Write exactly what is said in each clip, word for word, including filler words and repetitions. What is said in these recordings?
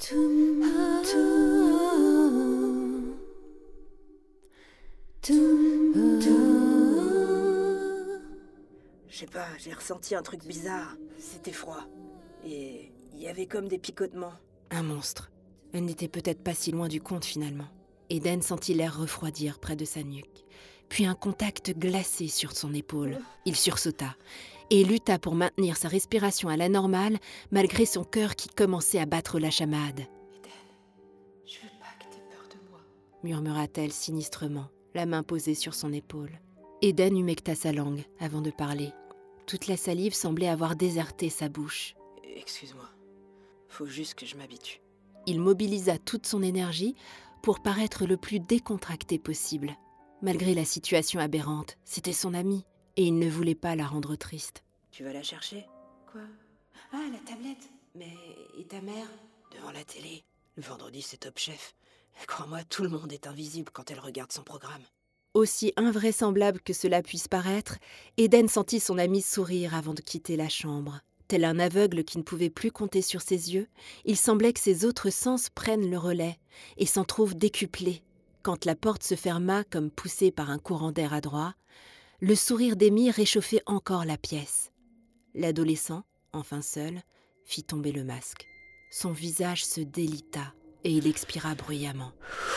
Je sais pas, j'ai ressenti un truc bizarre. C'était froid. Et il y avait comme des picotements. Un monstre. Elle n'était peut-être pas si loin du compte finalement. Eden sentit l'air refroidir près de sa nuque, puis un contact glacé sur son épaule. Il sursauta et lutta pour maintenir sa respiration à la normale malgré son cœur qui commençait à battre la chamade. « Eden, je veux pas que t'aies peur de moi. » murmura-t-elle sinistrement, la main posée sur son épaule. Eden humecta sa langue avant de parler. Toute la salive semblait avoir déserté sa bouche. Excuse-moi, faut juste que je m'habitue. Il mobilisa toute son énergie pour paraître le plus décontracté possible. Malgré la situation aberrante, c'était son amie et il ne voulait pas la rendre triste. Tu vas la chercher? Quoi? Ah, la tablette. Mais et ta mère? Devant la télé. Le vendredi, c'est Top Chef. Crois-moi, tout le monde est invisible quand elle regarde son programme. Aussi invraisemblable que cela puisse paraître, Eden sentit son amie sourire avant de quitter la chambre. Tel un aveugle qui ne pouvait plus compter sur ses yeux, il semblait que ses autres sens prennent le relais et s'en trouvent décuplés. Quand la porte se ferma comme poussée par un courant d'air adroit, le sourire d'Amy réchauffait encore la pièce. L'adolescent, enfin seul, fit tomber le masque. Son visage se délita et il expira bruyamment.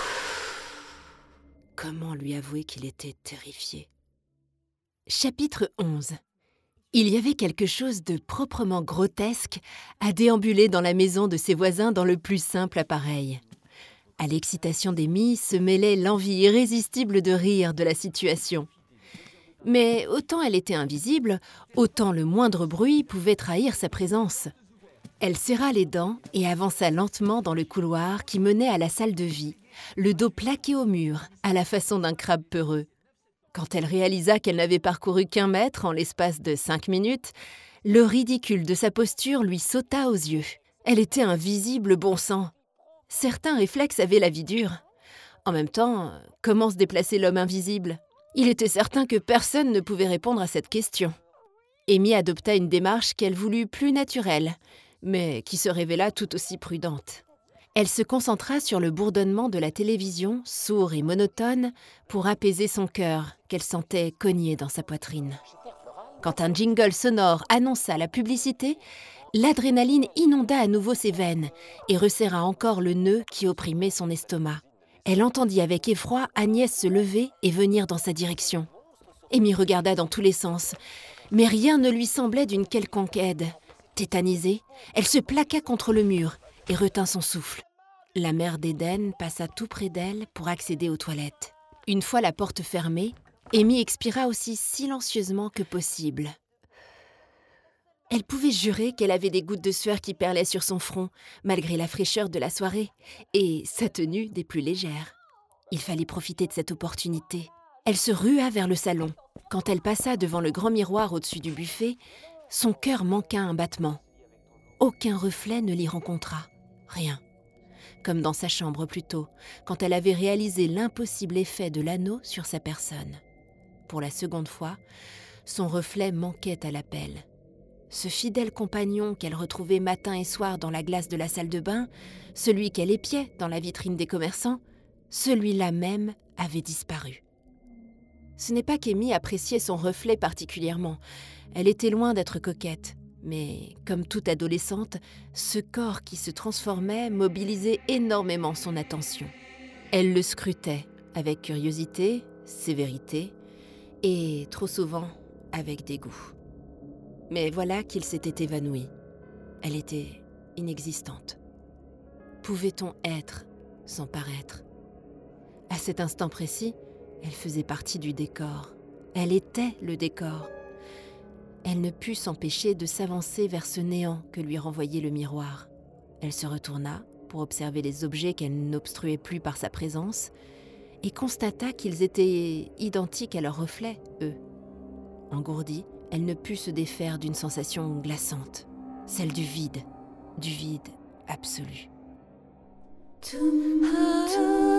Comment lui avouer qu'il était terrifié? Chapitre onze. Il y avait quelque chose de proprement grotesque à déambuler dans la maison de ses voisins dans le plus simple appareil. À l'excitation d'Amy se mêlait l'envie irrésistible de rire de la situation. Mais autant elle était invisible, autant le moindre bruit pouvait trahir sa présence. Elle serra les dents et avança lentement dans le couloir qui menait à la salle de vie, le dos plaqué au mur, à la façon d'un crabe peureux. Quand elle réalisa qu'elle n'avait parcouru qu'un mètre en l'espace de cinq minutes, le ridicule de sa posture lui sauta aux yeux. Elle était un visible bon sang. Certains réflexes avaient la vie dure. En même temps, comment se déplacer l'homme invisible? Il était certain que personne ne pouvait répondre à cette question. Amy adopta une démarche qu'elle voulut plus naturelle, mais qui se révéla tout aussi prudente. Elle se concentra sur le bourdonnement de la télévision, sourd et monotone, pour apaiser son cœur, qu'elle sentait cogner dans sa poitrine. Quand un jingle sonore annonça la publicité, l'adrénaline inonda à nouveau ses veines et resserra encore le nœud qui opprimait son estomac. Elle entendit avec effroi Agnès se lever et venir dans sa direction. Amy regarda dans tous les sens, mais rien ne lui semblait d'une quelconque aide. Tétanisée, elle se plaqua contre le mur et retint son souffle. La mère d'Eden passa tout près d'elle pour accéder aux toilettes. Une fois la porte fermée, Amy expira aussi silencieusement que possible. Elle pouvait jurer qu'elle avait des gouttes de sueur qui perlaient sur son front, malgré la fraîcheur de la soirée, et sa tenue des plus légères. Il fallait profiter de cette opportunité. Elle se rua vers le salon. Quand elle passa devant le grand miroir au-dessus du buffet, son cœur manqua un battement. Aucun reflet ne l'y rencontra. Rien. Comme dans sa chambre plus tôt, quand elle avait réalisé l'impossible effet de l'anneau sur sa personne. Pour la seconde fois, son reflet manquait à l'appel. Ce fidèle compagnon qu'elle retrouvait matin et soir dans la glace de la salle de bain, celui qu'elle épiait dans la vitrine des commerçants, celui-là même avait disparu. Ce n'est pas qu'Amy appréciait son reflet particulièrement. Elle était loin d'être coquette. Mais, comme toute adolescente, ce corps qui se transformait mobilisait énormément son attention. Elle le scrutait avec curiosité, sévérité et, trop souvent, avec dégoût. Mais voilà qu'il s'était évanoui. Elle était inexistante. Pouvait-on être sans paraître? À cet instant précis, elle faisait partie du décor. Elle était le décor. Elle ne put s'empêcher de s'avancer vers ce néant que lui renvoyait le miroir. Elle se retourna pour observer les objets qu'elle n'obstruait plus par sa présence et constata qu'ils étaient identiques à leurs reflets, eux. Engourdie, elle ne put se défaire d'une sensation glaçante, celle du vide, du vide absolu. Tout, tout.